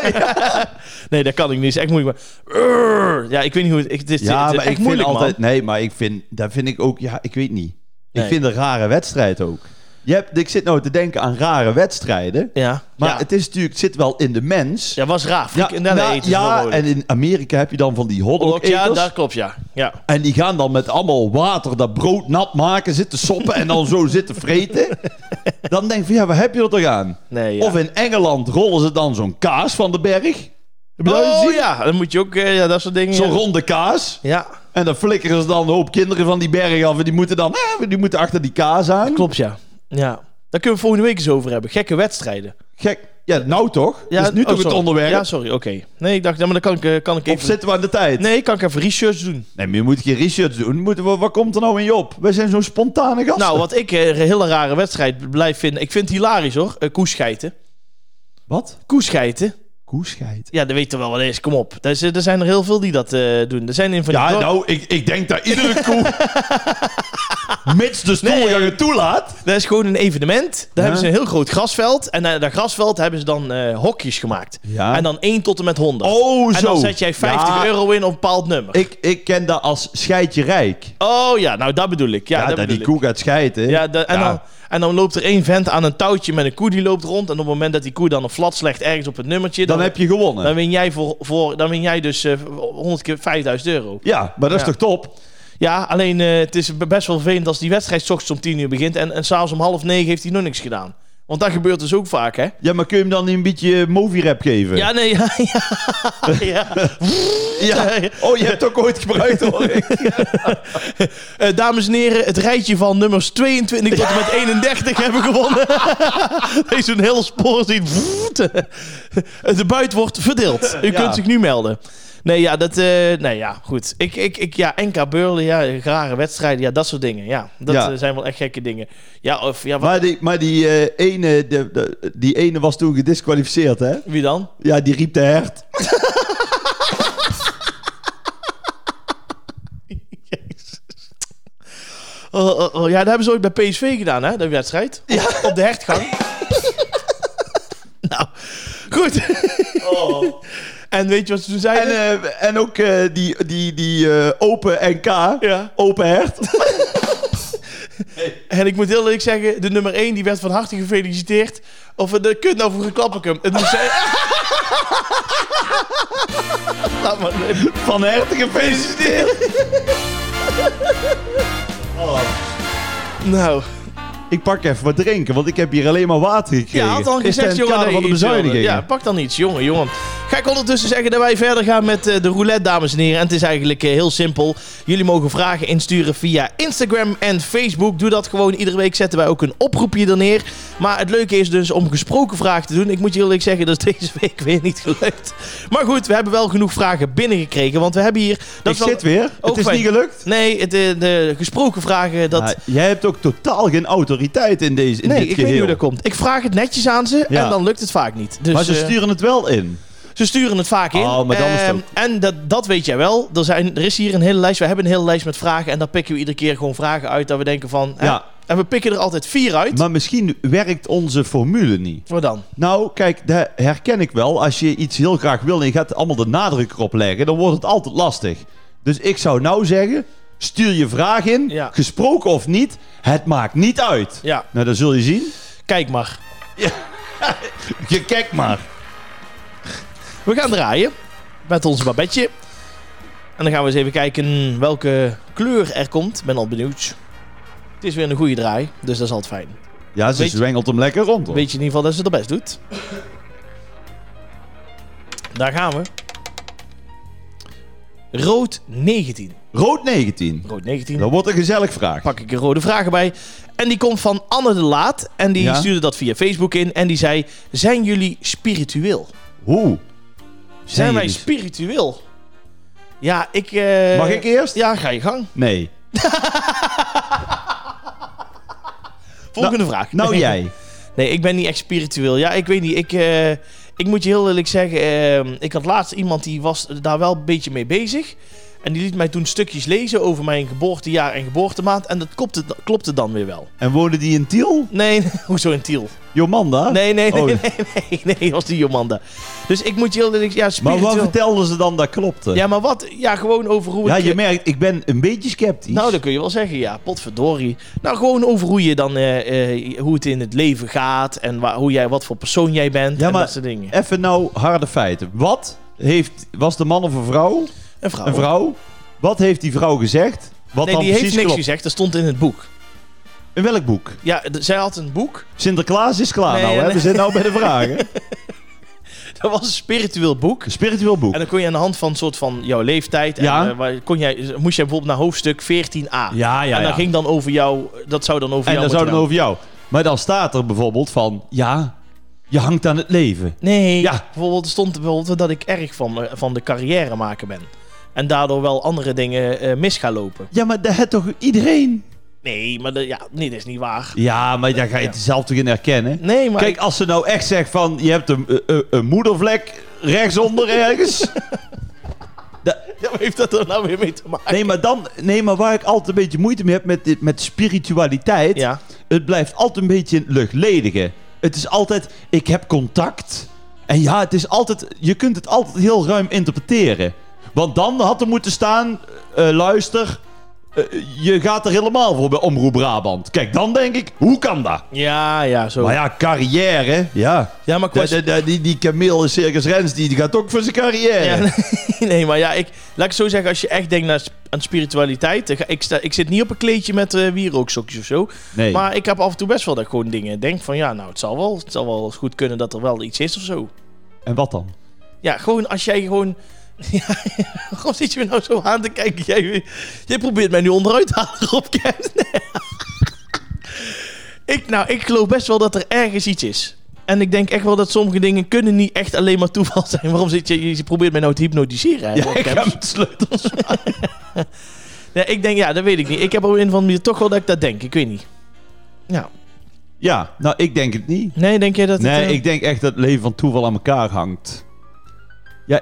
Nee, dat kan ik niet. Het is echt moeilijk. Maar... Ja, ik weet niet hoe het... Het is maar echt ik vind moeilijk, altijd... man. Nee, maar dat vind ik ook... Ja, ik weet niet. Nee. Ik vind een rare wedstrijd ook. Ik zit nou te denken aan rare wedstrijden. Ja. Maar het is natuurlijk... Het zit wel in de mens. Ja, was raar. En in Amerika heb je dan van die hotdog-eters. Ja, dat klopt, ja. En die gaan dan met allemaal water dat brood nat maken, zitten soppen en dan zo zitten vreten. Dan denk je van, waar heb je er toch aan? Nee, ja. Of in Engeland rollen ze dan zo'n kaas van de berg. Ja, dan moet je ook... dat soort dingen... Zo'n ronde kaas. Ja. En dan flikkeren ze dan een hoop kinderen van die berg af en die moeten achter die kaas aan. Klopt, ja. Ja. Daar kunnen we volgende week eens over hebben. Gekke wedstrijden. Gek. Ja, nou toch? Ja, dat is nu toch sorry. het onderwerp? Ja, sorry, oké. Nee, ik dacht, ja, maar dan kan ik even... Of zitten we aan de tijd? Nee, kan ik even research doen. Nee, maar je moet geen research doen. Wat komt er nou in je op? Wij zijn zo'n spontane gasten. Nou, wat ik een hele rare wedstrijd blijf vinden... Ik vind het hilarisch, hoor. Koescheiten. Wat? Koescheiten. Koescheit. Ja, dat weet je wel wat het is. Kom op. Er zijn er heel veel die dat doen. Er zijn in van die nou, ik denk dat iedere koe... mits de stoelgang het toelaat. Dat is gewoon een evenement. Daar hebben ze een heel groot grasveld. En naar dat grasveld hebben ze dan hokjes gemaakt. Ja. En dan 1 tot en met 100. Oh, zo. En dan zet jij 50 euro in op een bepaald nummer. Ik ken dat als scheidje rijk. Oh ja, nou dat bedoel ik. Ja, dat die koe gaat scheiden. Ja, en dan loopt er 1 vent aan een touwtje met een koe die loopt rond. En op het moment dat die koe dan een flat slecht ergens op het nummertje... Dan heb je gewonnen. Dan win jij dus 100 keer 5000 euro. Ja, maar dat is toch top? Ja, alleen het is best wel vervelend als die wedstrijd 's ochtends om 10 uur begint. En s'avonds om 8:30 heeft hij nog niks gedaan. Want dat gebeurt dus ook vaak, hè? Ja, maar kun je hem dan een beetje movie-rap geven? Ja, nee, ja. Ja. Oh, je hebt het ook ooit gebruikt, hoor ik. Dames en heren, het rijtje van nummers 22 tot en met 31 hebben gewonnen. Deze een heel spoor ziet. De buit wordt verdeeld. U kunt zich nu melden. Nee, ja, goed. NK Burlen, ja, rare wedstrijden, ja, dat soort dingen. Ja, dat zijn wel echt gekke dingen. Ja, Maar die ene was toen gedisqualificeerd, hè? Wie dan? Ja, die riep de hert. Ja, dat hebben ze ooit bij PSV gedaan, hè, de wedstrijd. Ja. Op de hertgang. Nou, goed. Oh. En weet je wat ze toen zeiden? En ook die open NK, open hert. En ik moet heel eerlijk zeggen, de nummer 1 die werd van harte gefeliciteerd. Of de kut nou voor geklap ik hem. Het moest zijn... Van harte gefeliciteerd. Oh. Nou... Ik pak even wat drinken, want ik heb hier alleen maar water gekregen. Ja, had al gezegd, jongen. Van de bezuinigingen. Ja, pak dan iets, jongen. Ga ik ondertussen zeggen dat wij verder gaan met de roulette, dames en heren. En het is eigenlijk heel simpel. Jullie mogen vragen insturen via Instagram en Facebook. Doe dat gewoon. Iedere week zetten wij ook een oproepje er neer. Maar het leuke is dus om gesproken vragen te doen. Ik moet je eerlijk zeggen, dat is deze week weer niet gelukt. Maar goed, we hebben wel genoeg vragen binnengekregen. Want we hebben hier... Zit weer. Het is niet gelukt. Nee, de gesproken vragen... Jij hebt ook totaal geen autoriteit in dit geheel. Nee, ik weet niet hoe dat komt. Ik vraag het netjes aan ze en dan lukt het vaak niet. Dus, maar ze sturen het wel in. Ze sturen het vaak in. Oh, maar dan is het ook... En dat weet jij wel. Er is hier een hele lijst. We hebben een hele lijst met vragen. En daar pikken we iedere keer gewoon vragen uit. Dat we denken van... Ja. En we pikken er altijd 4 uit. Maar misschien werkt onze formule niet. Wat dan? Nou, kijk, dat herken ik wel. Als je iets heel graag wil en je gaat allemaal de nadruk erop leggen, dan wordt het altijd lastig. Dus ik zou nou zeggen... Stuur je vraag in, gesproken of niet, het maakt niet uit. Ja. Nou, dat zul je zien. Kijk maar. Ja. Je kijkt maar. We gaan draaien. met ons Babetje. En dan gaan we eens even kijken welke kleur er komt. Ik ben al benieuwd. Het is weer een goede draai, dus dat is altijd fijn. Ja, ze zwengelt hem lekker rond. Hoor. Weet je in ieder geval dat ze het best doet. Daar gaan we. Rood 19. Rood 19. Rood 19. Dat wordt een gezellig vraag. Pak ik een rode vraag erbij. En die komt van Anne de Laat. En die stuurde dat via Facebook in. En die zei, zijn jullie spiritueel? Hoe? Zijn wij spiritueel? Ja, ik... Mag ik eerst? Ja, ga je gang. Nee. Volgende vraag. Nou jij. Nee, ik ben niet echt spiritueel. Ja, ik weet niet. Ik moet je heel eerlijk zeggen... ik had laatst iemand die was daar wel een beetje mee bezig. En die liet mij toen stukjes lezen over mijn geboortejaar en geboortemaand. En dat klopte dan weer wel. En woonde die in Tiel? Nee, hoezo in Tiel? Jomanda? Nee, dat was die Jomanda. Dus ik moet je heel eerlijk zeggen, ja, spiritueel. Maar wat vertelden ze dan dat klopte? Ja, maar wat? Ja, gewoon over hoe Ja, je merkt, ik ben een beetje sceptisch. Nou, dat kun je wel zeggen, ja. Potverdorie. Nou, gewoon over hoe je dan, hoe het in het leven gaat. En wat voor persoon jij bent. Ja, en maar dat soort dingen. even nou harde feiten. Was de man of een vrouw? Een vrouw. Een vrouw. Wat heeft die vrouw gezegd? Wat Nee, dan die heeft precies niks klopt? gezegd. Dat stond in het boek. In welk boek? Ja, zij had een boek. Sinterklaas is klaar Nee, nou, hè? nee. We zitten nou bij de vragen. Dat was een spiritueel boek. Een spiritueel boek. En dan kon je aan de hand van een soort van jouw leeftijd... Ja. En, moest je bijvoorbeeld naar hoofdstuk 14a. Ja. En dat ging dan over jou... Dat zou dan over En jou dat zou dan moeten over jou. Maar dan staat er bijvoorbeeld van... Ja, je hangt aan het leven. gaan. Nee, Ja. bijvoorbeeld stond er bijvoorbeeld dat ik erg van de carrière maken ben. En daardoor wel andere dingen mis gaan lopen. Ja, maar dat heeft toch iedereen? Nee, maar dat is niet waar. Ja, maar daar ga je het zelf toch in herkennen? Nee, maar... Kijk, als ze nou echt zegt van... Je hebt een moedervlek rechtsonder ergens... Ja, wat heeft dat er nou weer mee te maken? Nee, maar waar ik altijd een beetje moeite mee heb met spiritualiteit... Ja. Het blijft altijd een beetje een luchtledige. Het is altijd, ik heb contact. En ja, het is altijd, je kunt het altijd heel ruim interpreteren. Want dan had er moeten staan, luister... je gaat er helemaal voor bij Omroep Brabant. Kijk, dan denk ik, hoe kan dat? Ja, zo. Maar ja, carrière, ja. Ja, maar Die Camille Circus Rens, die gaat ook voor zijn carrière. Ja, nee, maar ja, laat ik het zo zeggen, als je echt denkt aan spiritualiteit... Ik zit niet op een kleedje met wierooksokjes of zo. Nee. Maar ik heb af en toe best wel dat ik gewoon dingen denk van... Ja, nou, het zal wel goed kunnen dat er wel iets is of zo. En wat dan? Ja, gewoon als jij gewoon... Ja, waarom zit je me nou zo aan te kijken? Jij probeert mij nu onderuit te halen, Rob Kemps. Nee. Ik geloof best wel dat er ergens iets is. En ik denk echt wel dat sommige dingen kunnen niet echt alleen maar toeval zijn. Waarom zit je probeert mij nou te hypnotiseren, hè, Rob Ja, ik Kemps? ga met sleutels. Nee, ik denk, ja, dat weet ik niet. Ik heb op een of andere manier toch wel dat ik dat denk. Ik weet niet. Ja. Ja, nou, ik denk het niet. Nee, denk jij dat het... Nee, ik denk echt dat het leven van toeval aan elkaar hangt. Ja,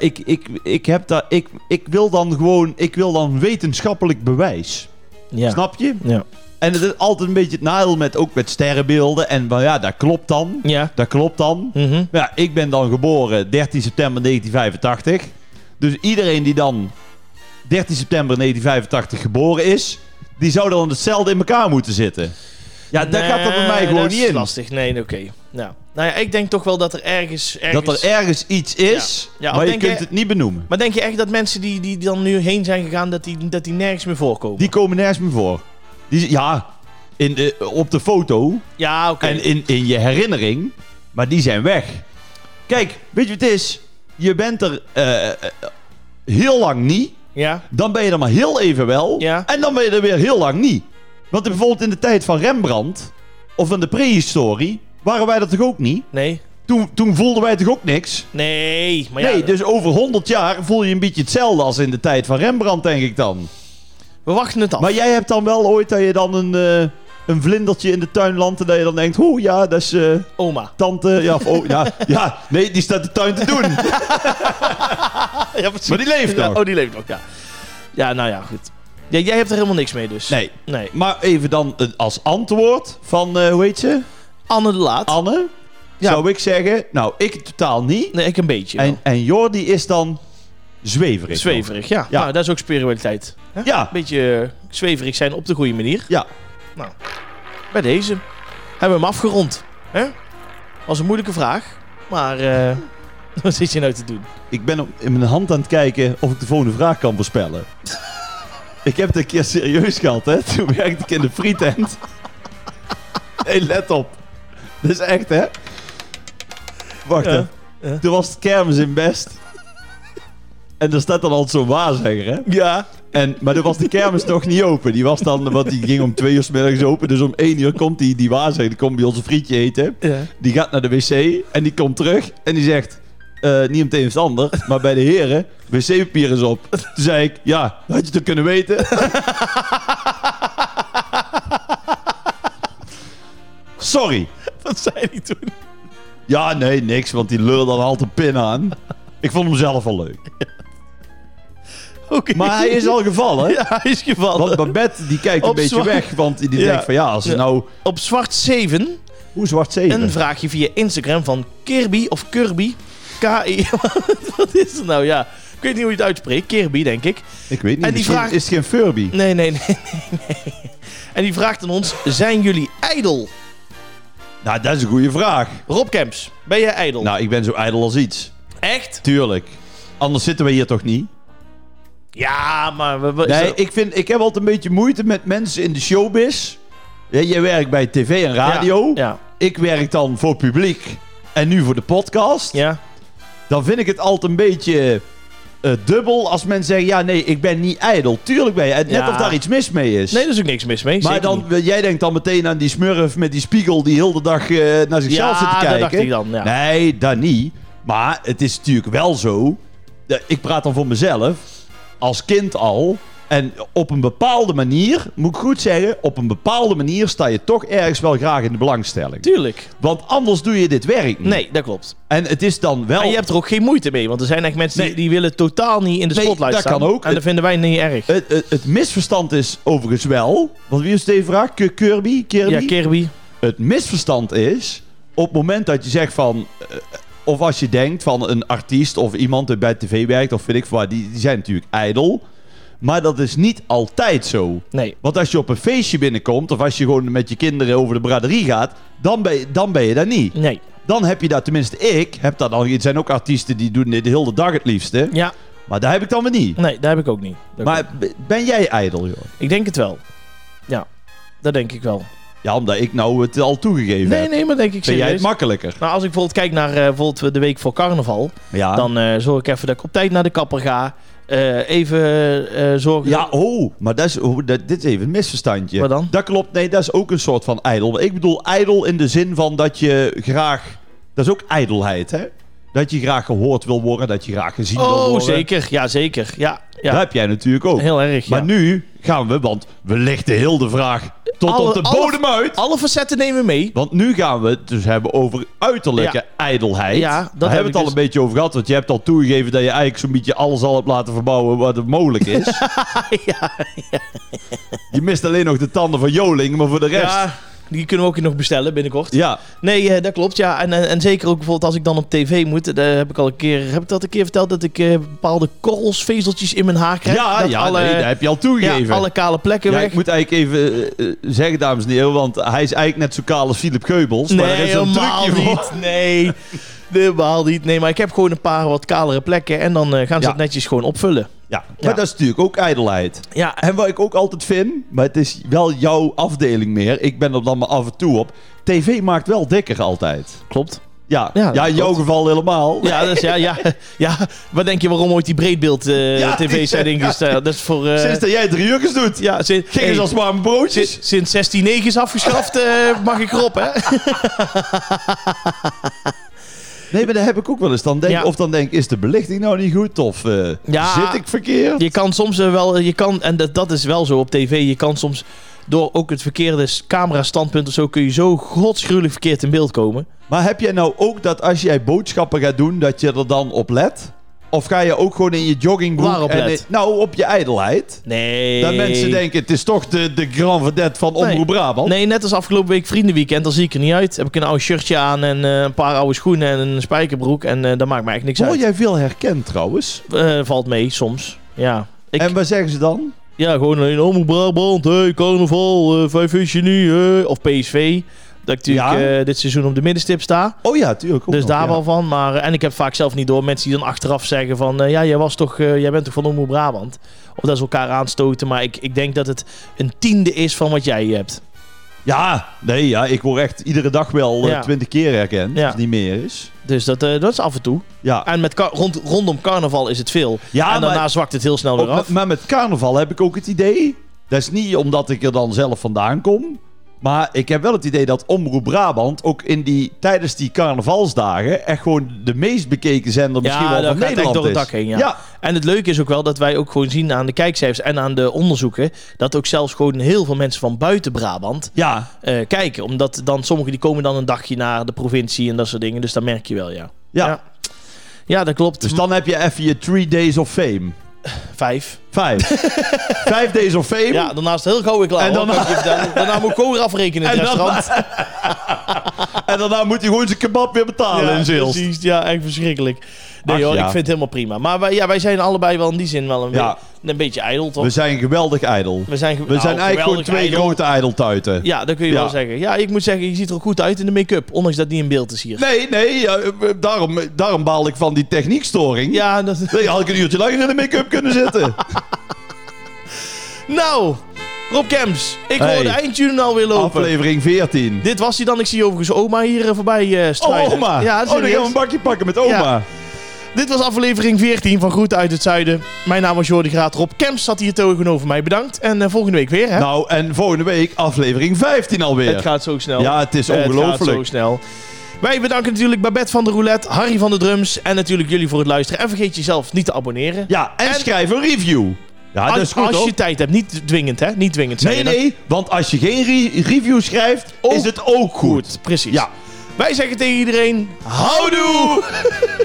ik wil dan wetenschappelijk bewijs. Ja. Snap je? Ja. En het is altijd een beetje het nadeel ook met sterrenbeelden. En maar ja, dat klopt dan. Ja. Dat klopt dan. Mhm. Ja, ik ben dan geboren 13 september 1985. Dus iedereen die dan 13 september 1985 geboren is... die zou dan hetzelfde in elkaar moeten zitten. Ja, dat gaat er bij mij gewoon niet in. Dat is lastig. Nee, oké. Ja. Nou ja, ik denk toch wel dat er ergens... Dat er ergens iets is, Ja, maar je denk kunt je- het niet benoemen. Maar denk je echt dat mensen die dan nu heen zijn gegaan... dat die nergens meer voorkomen? Die komen nergens meer voor. Op de foto Ja, oké. en in je herinnering, maar die zijn weg. Kijk, weet je wat het is? Je bent er heel lang niet, Ja. dan ben je er maar heel even wel, Ja. en dan ben je er weer heel lang niet. Want bijvoorbeeld in de tijd van Rembrandt, of van de prehistorie, waren wij dat toch ook niet? Nee. Toen voelden wij toch ook niks? Nee. Maar ja, Nee, dus over 100 jaar voel je een beetje hetzelfde als in de tijd van Rembrandt, denk ik dan. we wachten het af. Maar jij hebt dan wel ooit dat je dan een vlindertje in de tuin landt en dat je dan denkt, ja, dat is Oma. tante, ja, ja, nee, die staat de tuin te doen. Ja, precies. Maar die leeft nog. Oh, die leeft nog, ja. Ja, nou ja, goed. Ja, jij hebt er helemaal niks mee dus. Nee, Nee. maar even dan als antwoord van, hoe heet ze? Anne de Laat. Anne, Ja. zou ik zeggen, nou, ik totaal niet. Nee, ik een beetje wel. En Jordi is dan zweverig. Zweverig, ja. Ja. Nou, dat is ook spiritualiteit. Hè? Ja. Een beetje zweverig zijn op de goede manier. Ja, Bij deze hebben we hem afgerond. Hè? Was een moeilijke vraag. Maar Wat zit je nou te doen? Ik ben in mijn hand aan het kijken of ik de volgende vraag kan voorspellen. Ik heb het een keer serieus gehad, hè. Toen werkte ik in de frietent. Hey, let op. Dit is echt, hè. Wacht, hè. Ja. Toen was het kermis in Best. En er staat dan altijd zo'n waarzegger, hè. Ja. Maar toen was de kermis nog niet open. Die was dan, want die ging om 2 uur 's middags open. Dus om 1 uur komt die waarzegger. Die komt bij ons een frietje eten. Ja. Die gaat naar de wc en die komt terug. En die zegt, niet meteen het ander, maar bij de heren, wc-papier is op. Toen zei ik, ja, had je het toch kunnen weten? Sorry. Wat zei hij toen? Ja, nee, niks, want die lul dan altijd een pin aan. Ik vond hem zelf wel leuk. Okay. Maar hij is al gevallen. Ja, hij is gevallen. Want Babette, die kijkt een Op beetje weg. Want die denkt van, ja, als ze nou... Op Zwart 7, Hoe zwart 7? een vraagje via Instagram van Kirby of Kirby. K-I... Wat is het nou? Ja, ik weet niet hoe je het uitspreekt. Kirby, denk ik. Ik weet niet, En die vraagt... is het geen Furby? Nee. En die vraagt aan ons, zijn jullie ijdel? Nou, dat is een goede vraag. Rob Kemps, ben jij ijdel? Nou, ik ben zo ijdel als iets. Echt? Tuurlijk. Anders zitten we hier toch niet? Ja, maar... Nee, ik heb altijd een beetje moeite met mensen in de showbiz. Ja, jij werkt bij tv en radio. Ja. Ik werk dan voor publiek. En nu voor de podcast. Ja. Dan vind ik het altijd een beetje dubbel als mensen zeggen... Ja, nee, ik ben niet ijdel. Tuurlijk ben je. Net Ja. of daar iets mis mee is. Nee, daar is ook niks mis mee. maar zeker dan, niet. jij denkt dan meteen aan die smurf met die spiegel... die heel de dag naar zichzelf zit te kijken. Ja, dat dacht ik dan, ja. Nee, dat niet. Maar het is natuurlijk wel zo... Ik praat dan voor mezelf... als kind al. En op een bepaalde manier, moet ik goed zeggen... op een bepaalde manier sta je toch ergens wel graag in de belangstelling. Tuurlijk. Want anders doe je dit werk niet. Nee, dat klopt. En het is dan wel... En je hebt er ook geen moeite mee. Want er zijn echt mensen die willen totaal niet in de Nee, spotlight dat staan. kan ook. En dat vinden wij niet erg. Het misverstand is overigens wel... Want wie is deze vraag? Kirby? Ja, Kirby. Het misverstand is... op het moment dat je zegt van... of als je denkt van een artiest of iemand die bij tv werkt... of weet ik veel wat, die zijn natuurlijk ijdel... Maar dat is niet altijd zo. Nee. Want als je op een feestje binnenkomt... of als je gewoon met je kinderen over de braderie gaat... dan ben je daar niet. Nee. Dan heb je dat, tenminste ik... heb dat al. Het zijn ook artiesten die doen dit de hele dag het liefste. Ja. Maar daar heb ik dan weer niet. Nee, daar heb ik ook niet. Maar ben jij ijdel, joh? Ik denk het wel. Ja. Dat denk ik wel. Ja, omdat ik nou het al toegegeven heb. Nee, maar denk ik Vind jij het serieus. makkelijker? Nou, als ik bijvoorbeeld kijk naar bijvoorbeeld de week voor carnaval... Ja. dan zorg ik even dat ik op tijd naar de kapper ga... even zorgen... Ja, maar dat is, dit is even een misverstandje. Wat dan? Dat klopt, nee, dat is ook een soort van ijdel. Ik bedoel ijdel in de zin van dat je graag... Dat is ook ijdelheid, hè? Dat je graag gehoord wil worden, dat je graag gezien wil worden. Oh, zeker. Ja, zeker. Ja. Dat heb jij natuurlijk ook. Heel erg, Maar ja. nu gaan we, want we lichten heel de vraag tot op de bodem uit. Alle facetten nemen we mee. Want nu gaan we het dus hebben over uiterlijke ijdelheid. Ja, Daar dat hebben we heb het ik al dus. een beetje over gehad. Want je hebt al toegegeven dat je eigenlijk zo'n beetje alles al hebt laten verbouwen wat er mogelijk is. Ja. Je mist alleen nog de tanden van Joling, maar voor de rest... Ja, die kunnen we ook nog bestellen binnenkort. Ja. Nee, dat klopt. Ja. En zeker ook bijvoorbeeld als ik dan op tv moet. Heb ik dat een keer verteld dat ik bepaalde korrels, vezeltjes in mijn haar krijg. Ja, dat heb je al toegegeven. Ja, alle kale plekken Ja, weg. ik moet eigenlijk even zeggen, dames en heren, want hij is eigenlijk net zo kaal als Philip Geubels. Maar er Nee, is een helemaal trucje voor. niet. Nee, helemaal niet. Nee, maar ik heb gewoon een paar wat kalere plekken. En dan gaan ze Ja. het netjes gewoon opvullen. Ja, Ja. maar dat is natuurlijk ook ijdelheid. Ja, En wat ik ook altijd vind, maar het is wel jouw afdeling meer. Ik ben er dan maar af en toe op. TV maakt wel dikker altijd. klopt. Ja, Ja, ja in jouw klopt. geval helemaal. Ja, dus ja. Wat denk je waarom ooit die breedbeeld tv's zijn ingesteld? Dat is voor... Sinds dat jij 3 uurtjes doet. ja, Ging eens als warme broodjes. sinds 16.9 is afgeschaft, mag ik erop, hè? Nee, maar dat heb ik ook wel eens. Dan denk, Ja. Of dan denk ik, is de belichting nou niet goed? Of Ja. zit ik verkeerd? Je kan soms wel... en dat is wel zo op tv. Je kan soms door ook het verkeerde camerastandpunt of zo... kun je zo godsgruwelijk verkeerd in beeld komen. Maar heb jij nou ook dat als jij boodschappen gaat doen, dat je er dan op let? Of ga je ook gewoon in je joggingbroek... Waarop let? Nou, op je ijdelheid. Nee. Dat mensen denken, het is toch de grand vedette van Omroep Brabant. Nee, net als afgelopen week vriendenweekend, dan zie ik er niet uit. Heb ik een oud shirtje aan en een paar oude schoenen en een spijkerbroek. En dat maakt me eigenlijk niks Word uit. jij veel herkend trouwens? Valt mee, soms. Ja. En wat zeggen ze dan? Ja, gewoon in Omroep Brabant, hey, carnaval, 5 visje nu, of PSV. Dat ik natuurlijk dit seizoen op de middenstip sta. Oh ja, tuurlijk. Dus daar wel van. Maar, en ik heb vaak zelf niet door mensen die dan achteraf zeggen van... jij bent toch van Omroep Brabant? Of dat ze elkaar aanstoten. Maar ik denk dat het een 10e is van wat jij hebt. Ja, ik word echt iedere dag wel 20 keer herkend. Als het niet meer is. Dus dat is af en toe. Ja. En met rondom carnaval is het veel. Ja, en daarna zwakt het heel snel weer af. Maar met carnaval heb ik ook het idee... Dat is niet omdat ik er dan zelf vandaan kom... Maar ik heb wel het idee dat Omroep Brabant ook tijdens die carnavalsdagen echt gewoon de meest bekeken zender misschien wel van Nederland is. Door het dak heen, ja. En het leuke is ook wel dat wij ook gewoon zien aan de kijkcijfers en aan de onderzoeken dat ook zelfs gewoon heel veel mensen van buiten Brabant kijken. Omdat dan sommigen die komen dan een dagje naar de provincie en dat soort dingen. Dus dat merk je wel, Ja, dat klopt. Dus dan heb je even je 3 Days of Fame. 5 Days of Fame. Ja, daarnaast heel gauw weer klaar. En daarna moet ik gewoon weer afrekenen in het restaurant. En daarna moet hij gewoon zijn kebab weer betalen in Zeelst. Precies, ja, echt verschrikkelijk. Nee hoor, ik vind het helemaal prima. Maar wij zijn allebei wel in die zin wel een beetje ijdel, toch? We zijn geweldig ijdel. We zijn eigenlijk gewoon 2 grote ijdeltuiten. Ja, dat kun je wel zeggen. Ja, ik moet zeggen, je ziet er ook goed uit in de make-up. Ondanks dat het niet in beeld is hier. Nee, daarom baal ik van die techniekstoring. Ja, had ik een uurtje langer in de make-up kunnen zitten. Nou, Rob Kemps, ik hoor de eindtune alweer lopen. Aflevering 14. Dit was hij dan. Ik zie overigens oma hier voorbij strijden. Oma? Ja, dan gaan we een bakje pakken met oma. Ja. Dit was aflevering 14 van Groeten uit het Zuiden. Mijn naam was Jordi Graat. Rob Kemps zat hier tegenover mij. Bedankt. En volgende week weer, hè? Nou, en volgende week aflevering 15 alweer. Het gaat zo snel. Ja, het is ongelooflijk. Het gaat zo snel. Wij bedanken natuurlijk Babette van de Roulette, Harry van de Drums en natuurlijk jullie voor het luisteren. En vergeet jezelf niet te abonneren. Ja, en schrijf een review. Ja, dat is goed, als je tijd hebt. Niet dwingend, hè? Niet dwingend. Nee, want als je geen review schrijft, is het ook goed. Precies. Ja. Wij zeggen tegen iedereen, houdoe!